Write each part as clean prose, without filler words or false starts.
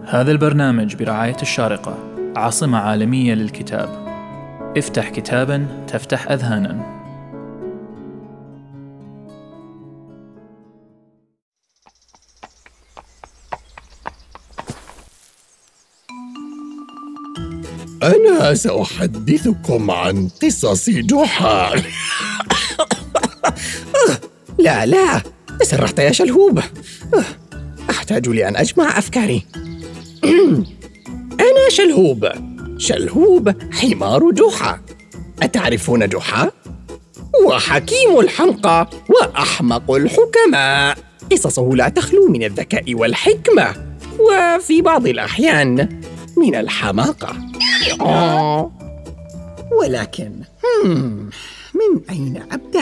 هذا البرنامج برعاية الشارقة، عاصمة عالمية للكتاب. افتح كتاباً تفتح أذهاناً. أنا سأحدثكم عن قصص جحا. لا تسرحت يا شلهوب. أحتاج لأن أجمع أفكاري. أنا شلهوب حمار جحا. أتعرفون جحا؟ هو حكيم الحمقى وأحمق الحكماء. قصصه لا تخلو من الذكاء والحكمة، وفي بعض الأحيان من الحماقة. ولكن من أين أبدأ؟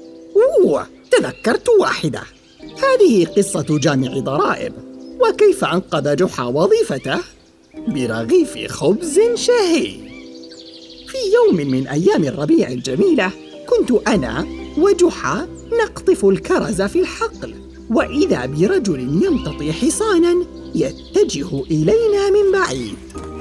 تذكرت واحدة. هذه قصة جامع ضرائب، وكيف أنقذ جحا وظيفته برغيف خبز شهي. في يوم من أيام الربيع الجميلة، كنت أنا وجحا نقطف الكرز في الحقل، وإذا برجل يمتطي حصاناً يتجه إلينا من بعيد.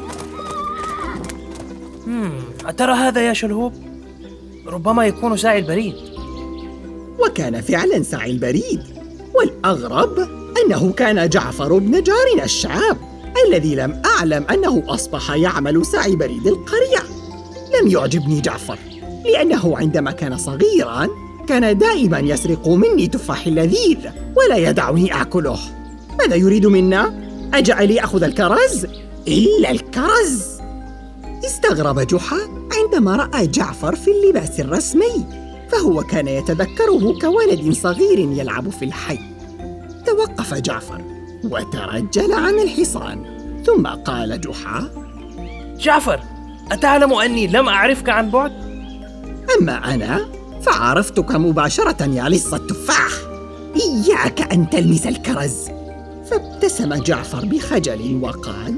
أترى هذا يا شلهوب؟ ربما يكون ساعي البريد. وكان فعلاً ساعي البريد، والأغرب أنه كان جعفر بن جارنا الشاب الذي لم أعلم أنه أصبح يعمل ساعي بريد القرية. لم يعجبني جعفر، لأنه عندما كان صغيراً كان دائماً يسرق مني تفاح لذيذ ولا يدعني أكله. ماذا يريد منا؟ أجعل لي أخذ الكرز؟ إلا الكرز! استغرب جحا عندما رأى جعفر في اللباس الرسمي، فهو كان يتذكره كولد صغير يلعب في الحي. توقف جعفر وترجل عن الحصان، ثم قال جحا: جعفر، أتعلم أني لم أعرفك عن بعد؟ أما أنا فعرفتك مباشرة يا لص التفاح. إياك أن تلمس الكرز. فابتسم جعفر بخجل وقال: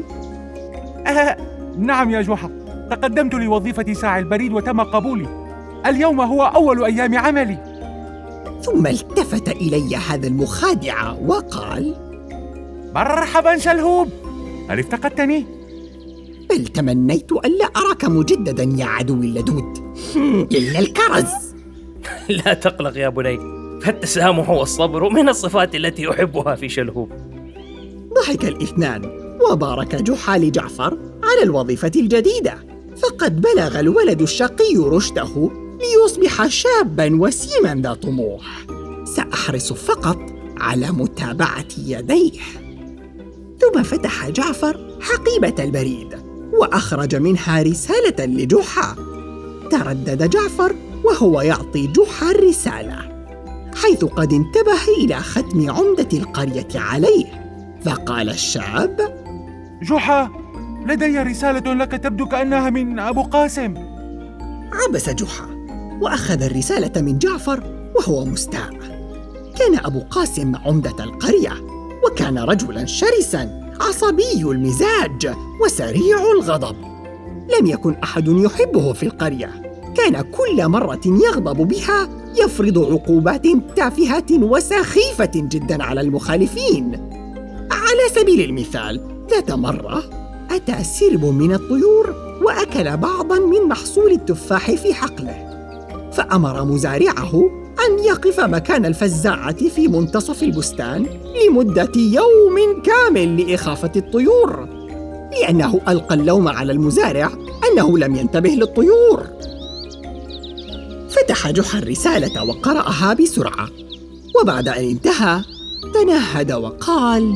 نعم يا جحا، تقدمت لوظيفة ساعي البريد وتم قبولي. اليوم هو أول أيام عملي. ثم التفت إلي هذا المخادع وقال: مرحبا شلهوب، هل افتقدتني؟ بل تمنيت ألا أراك مجددا يا عدوي اللدود. إلا الكرز. لا تقلق يا بني، فالتسامح والصبر من الصفات التي أحبها في شلهوب. ضحك الاثنان، وبارك جحا لجعفر على الوظيفة الجديدة، فقد بلغ الولد الشقي رشده ليصبح شاباً وسيماً ذا طموح. سأحرص فقط على متابعة يديه. ثم فتح جعفر حقيبة البريد وأخرج منها رسالة لجحا. تردد جعفر وهو يعطي جحا الرسالة، حيث قد انتبه إلى ختم عمدة القرية عليه. فقال الشاب: جحا، لدي رسالة لك تبدو كأنها من أبو قاسم. عبس جحا وأخذ الرسالة من جعفر وهو مستاء. كان أبو قاسم عمدة القرية، وكان رجلاً شرساً عصبي المزاج وسريع الغضب. لم يكن أحد يحبه في القرية. كان كل مرة يغضب بها يفرض عقوبات تافهة وسخيفة جداً على المخالفين. على سبيل المثال، ذات مرة أتى سرب من الطيور وأكل بعضاً من محصول التفاح في حقله، فأمر مزارعه أن يقف مكان الفزاعة في منتصف البستان لمدة يوم كامل لإخافة الطيور، لأنه ألقى اللوم على المزارع أنه لم ينتبه للطيور. فتح جحا الرسالة وقرأها بسرعة، وبعد أن انتهى تنهد وقال: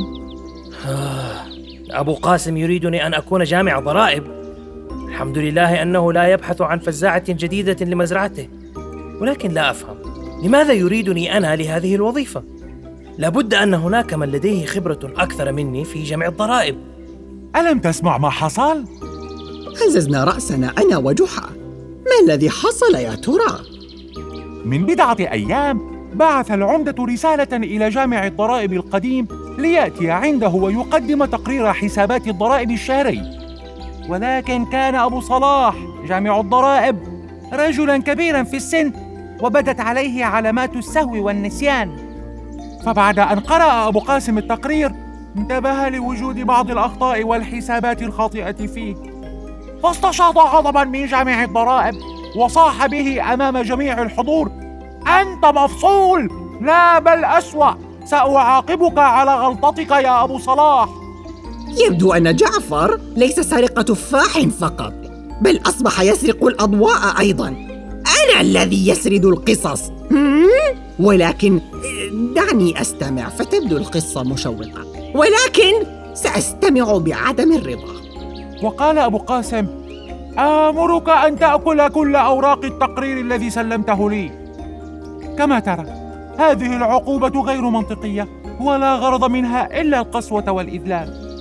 أبو قاسم يريدني أن أكون جامع ضرائب. الحمد لله أنه لا يبحث عن فزاعة جديدة لمزرعته، ولكن لا أفهم لماذا يريدني أنا لهذه الوظيفة. لابد أن هناك من لديه خبرة أكثر مني في جمع الضرائب. ألم تسمع ما حصل؟ هززنا رأسنا أنا وجحا. ما الذي حصل يا ترى؟ من بضعة أيام بعث العمدة رسالة إلى جامع الضرائب القديم ليأتي عنده ويقدم تقرير حسابات الضرائب الشهري، ولكن كان أبو صلاح جامع الضرائب رجلاً كبيراً في السن، وبدت عليه علامات السهو والنسيان. فبعد أن قرأ أبو قاسم التقرير انتبه لوجود بعض الأخطاء والحسابات الخاطئة فيه، فاستشاط غضباً من جامع الضرائب وصاح به أمام جميع الحضور: أنت مفصول، لا بل أسوأ، سأعاقبك على غلطتك يا أبو صلاح. يبدو أن جعفر ليس سارق تفاح فقط، بل أصبح يسرق الأضواء أيضاً. أنا الذي يسرد القصص. ولكن دعني أستمع، فتبدو القصة مشوقة، ولكن سأستمع بعدم الرضا. وقال أبو قاسم: آمرك أن تأكل كل أوراق التقرير الذي سلمته لي. كما ترى، هذه العقوبة غير منطقية، ولا غرض منها إلا القسوة والإذلال.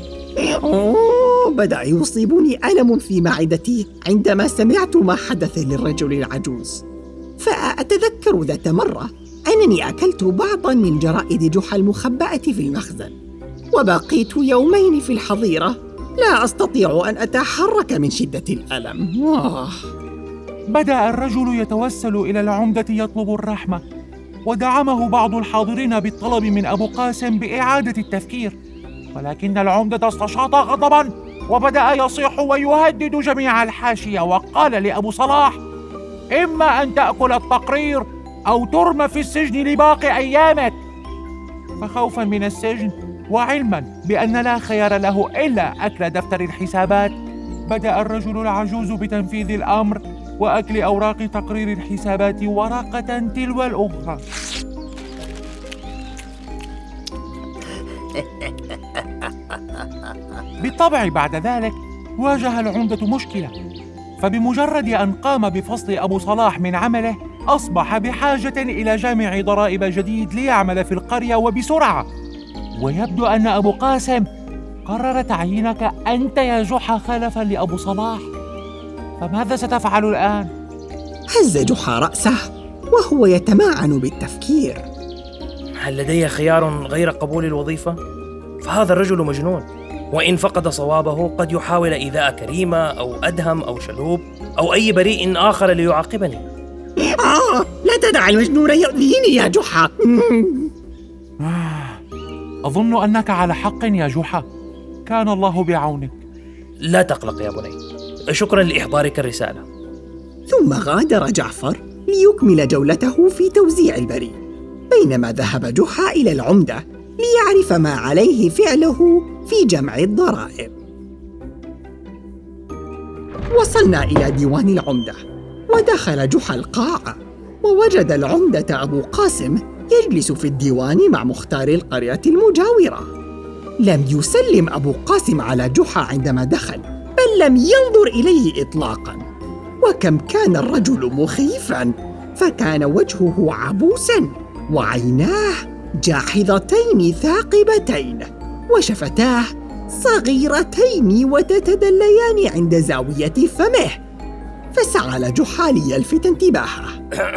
بدأ يصيبني ألم في معدتي عندما سمعت ما حدث للرجل العجوز. فأتذكر ذات مرة أنني أكلت بعضاً من جرائد جحا المخبأة في المخزن، وبقيت يومين في الحظيرة لا أستطيع أن أتحرك من شدة الألم. بدأ الرجل يتوسل إلى العمدة يطلب الرحمة، ودعمه بعض الحاضرين بالطلب من أبو قاسم بإعادة التفكير، ولكن العمدة استشاط غضباً وبدأ يصيح ويهدد جميع الحاشية، وقال لأبو صلاح: إما أن تأكل التقرير أو ترمى في السجن لباقي أيامك. فخوفاً من السجن وعلماً بأن لا خيار له إلا أكل دفتر الحسابات، بدأ الرجل العجوز بتنفيذ الأمر وأكل أوراق تقرير الحسابات ورقة تلو الأخرى. بالطبع بعد ذلك واجه العمدة مشكلة، فبمجرد أن قام بفصل أبو صلاح من عمله أصبح بحاجة إلى جامع ضرائب جديد ليعمل في القرية وبسرعة. ويبدو أن أبو قاسم قرر تعيينك أنت يا جحا خلفاً لأبو صلاح، فماذا ستفعل الآن؟ هز جحا رأسه وهو يتمعن بالتفكير. هل لدي خيار غير قبول الوظيفة؟ فهذا الرجل مجنون، وإن فقد صوابه قد يحاول إيذاء كريمة أو أدهم أو شلوب أو أي بريء آخر ليعاقبني. لا تدع المجنون يؤذيني يا جحا. أظن أنك على حق يا جحا، كان الله بعونك. لا تقلق يا بني، شكرا لإحضارك الرسالة. ثم غادر جعفر ليكمل جولته في توزيع البريد، بينما ذهب جحا إلى العمدة ليعرف ما عليه فعله في جمع الضرائب. وصلنا إلى ديوان العمدة، ودخل جحا القاعة ووجد العمدة أبو قاسم يجلس في الديوان مع مختار القرية المجاورة. لم يسلم أبو قاسم على جحا عندما دخل، بل لم ينظر إليه إطلاقاً. وكم كان الرجل مخيفاً، فكان وجهه عبوساً وعيناه جاحظتين ثاقبتين وشفتاه صغيرتين وتتدليان عند زاوية فمه. فسعى جحا ليلفت انتباهه.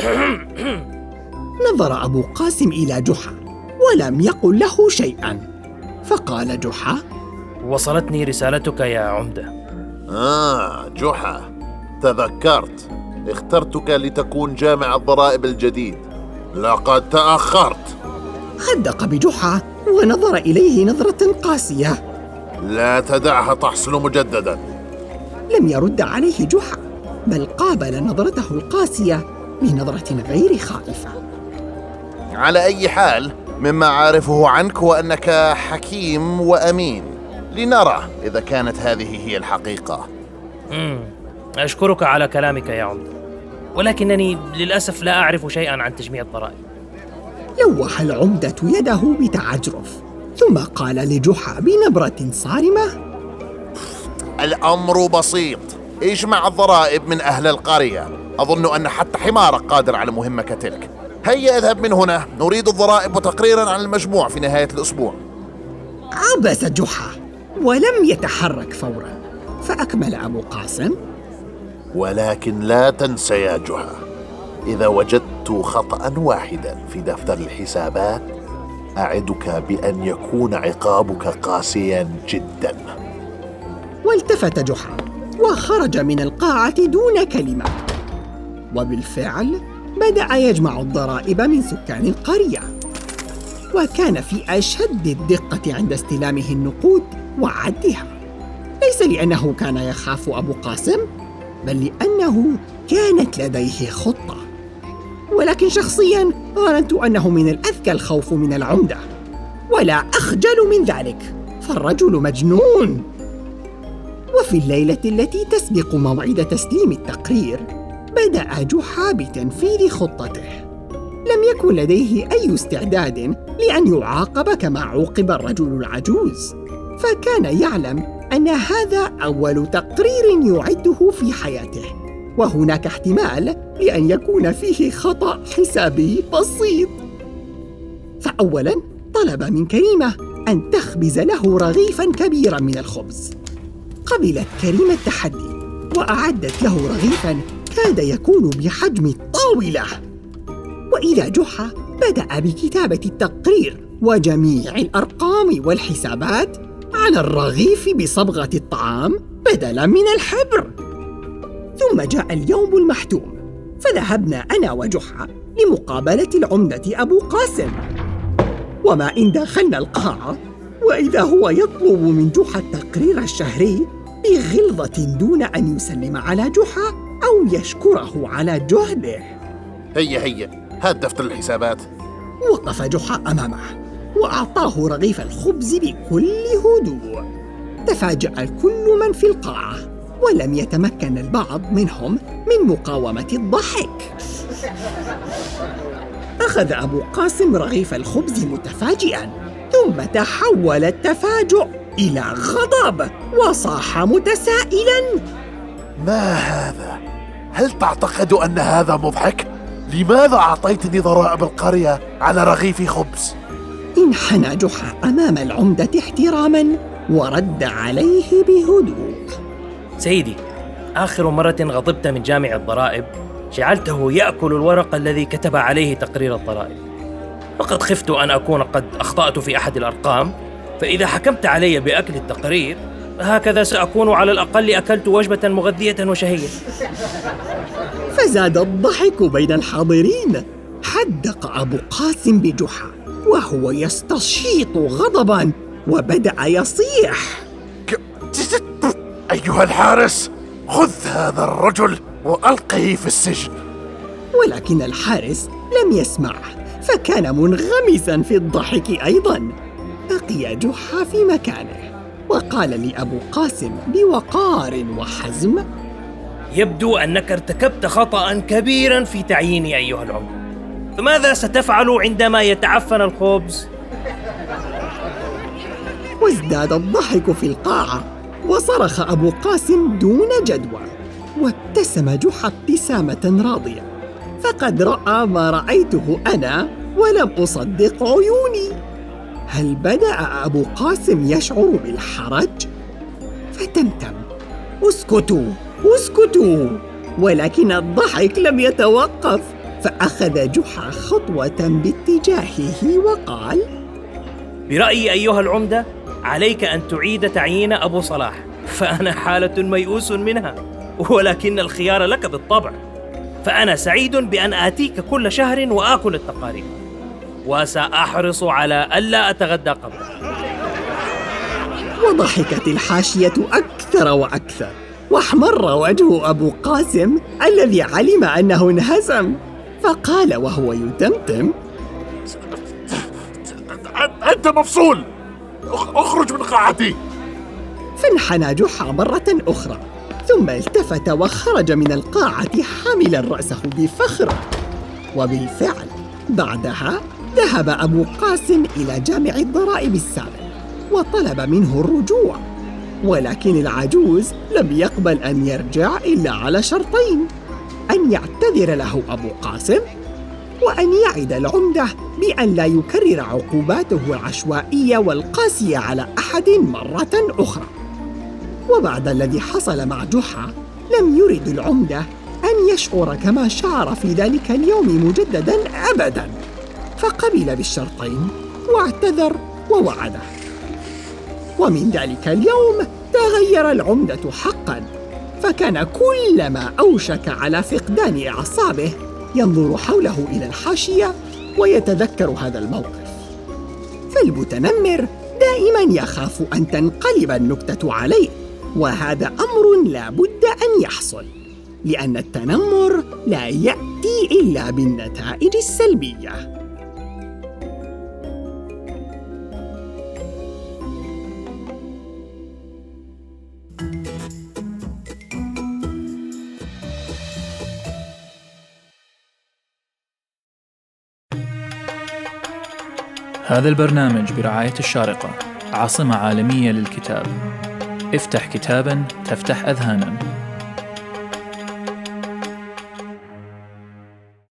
نظر أبو قاسم إلى جحا ولم يقل له شيئاً، فقال جحا: وصلتني رسالتك يا عمدة. جحا، تذكرت، اخترتك لتكون جامع الضرائب الجديد، لقد تأخرت. خدق بجحا ونظر إليه نظرة قاسية. لا تدعها تحصل مجدداً. لم يرد عليه جحا، بل قابل نظرته القاسية بنظرة غير خائفة. على أي حال، مما عارفه عنك هو أنك حكيم وأمين، لنرى إذا كانت هذه هي الحقيقة. أشكرك على كلامك يا عمدة، ولكنني للأسف لا أعرف شيئاً عن تجميع الضرائب. لوح العمدة يده بتعجرف، ثم قال لجحا بنبرة صارمة: الأمر بسيط، اجمع الضرائب من أهل القرية. أظن أن حتى حمارك قادر على مهمة كتلك. هيا اذهب من هنا، نريد الضرائب وتقريراً عن المجموع في نهاية الأسبوع. عبس جحا ولم يتحرك فوراً، فأكمل أبو قاسم: ولكن لا تنسى يا جحا، إذا وجدت خطأ واحدا في دفتر الحسابات أعدك بأن يكون عقابك قاسيا جدا. والتفت جحا وخرج من القاعة دون كلمة. وبالفعل بدأ يجمع الضرائب من سكان القرية. وكان في أشد الدقة عند استلامه النقود وعدها، ليس لأنه كان يخاف أبو قاسم، بل لأنه كانت لديه خطة. ولكن شخصياً ظننت أنه من الأذكى الخوف من العمدة، ولا أخجل من ذلك، فالرجل مجنون. وفي الليلة التي تسبق موعد تسليم التقرير بدأ جحا بتنفيذ خطته. لم يكن لديه أي استعداد لأن يعاقب كما عوقب الرجل العجوز، فكان يعلم أن هذا أول تقرير يعده في حياته، وهناك احتمال لأن يكون فيه خطأ حسابي بسيط. فأولاً طلب من كريمة أن تخبز له رغيفاً كبيراً من الخبز. قبلت كريمة التحدي وأعدت له رغيفاً كاد يكون بحجم الطاولة. وإذا جحا بدأ بكتابة التقرير وجميع الأرقام والحسابات على الرغيف بصبغة الطعام بدلاً من الحبر. ثم جاء اليوم المحتوم، فذهبنا أنا وجحا لمقابلة العمدة أبو قاسم. وما إن دخلنا القاعة وإذا هو يطلب من جحا التقرير الشهري بغلظة دون أن يسلم على جحا أو يشكره على جهده. هي هات دفتر الحسابات. وقف جحا أمامه وأعطاه رغيف الخبز بكل هدوء. تفاجأ كل من في القاعة، ولم يتمكن البعض منهم من مقاومة الضحك. أخذ أبو قاسم رغيف الخبز متفاجئاً، ثم تحول التفاجؤ إلى غضب وصاح متسائلاً: ما هذا؟ هل تعتقد أن هذا مضحك؟ لماذا أعطيتني ضرائب القرية على رغيف خبز؟ انحنى جحا أمام العمدة احتراماً ورد عليه بهدوء: سيدي، آخر مرة غضبت من جامع الضرائب جعلته يأكل الورق الذي كتب عليه تقرير الضرائب، وقد خفت أن أكون قد أخطأت في أحد الأرقام، فإذا حكمت علي بأكل التقرير هكذا سأكون على الأقل أكلت وجبة مغذية وشهية. فزاد الضحك بين الحاضرين. حدق أبو قاسم بجحا وهو يستشيط غضباً وبدأ يصيح: أيها الحارس، خذ هذا الرجل وألقه في السجن. ولكن الحارس لم يسمع، فكان منغمساً في الضحك أيضاً. بقي جحا في مكانه وقال لأبو قاسم بوقار وحزم: يبدو أنك ارتكبت خطأ كبيراً في تعييني أيها العمدة، فماذا ستفعل عندما يتعفن الخبز؟ وازداد الضحك في القاعة، وصرخ أبو قاسم دون جدوى، وابتسم جحا ابتسامة راضية، فقد رأى ما رأيته أنا ولم أصدق عيوني. هل بدأ أبو قاسم يشعر بالحرج؟ فتمتم: اسكتوا اسكتوا. ولكن الضحك لم يتوقف، فأخذ جحا خطوة باتجاهه وقال: برأيي أيها العمدة، عليك أن تعيد تعيين أبو صلاح، فأنا حالة ميؤوس منها، ولكن الخيار لك بالطبع. فأنا سعيد بأن آتيك كل شهر وآكل التقارير، وسأحرص على ألا أتغدى قبله. وضحكت الحاشية أكثر وأكثر، واحمر وجه أبو قاسم الذي علم أنه انهزم، فقال وهو يتمتم: أنت مفصول، اخرج من قاعتي. فانحنى جحا مرة أخرى، ثم التفت وخرج من القاعة حاملا رأسه بفخر. وبالفعل بعدها ذهب أبو قاسم إلى جامع الضرائب السابق وطلب منه الرجوع، ولكن العجوز لم يقبل أن يرجع إلا على شرطين: أن يعتذر له أبو قاسم، وأن يعد العمدة بأن لا يكرر عقوباته العشوائية والقاسية على أحد مرة أخرى. وبعد الذي حصل مع جحا لم يرد العمدة أن يشعر كما شعر في ذلك اليوم مجدداً أبداً، فقبل بالشرطين واعتذر ووعده. ومن ذلك اليوم تغير العمدة حقاً، فكان كلما أوشك على فقدان أعصابه ينظر حوله إلى الحاشية ويتذكر هذا الموقف، فالمتنمر دائما يخاف أن تنقلب النكتة عليه، وهذا أمر لا بد أن يحصل، لأن التنمر لا يأتي إلا بالنتائج السلبية. هذا البرنامج برعاية الشارقة، عاصمة عالمية للكتاب. افتح كتاباً تفتح أذهاناً.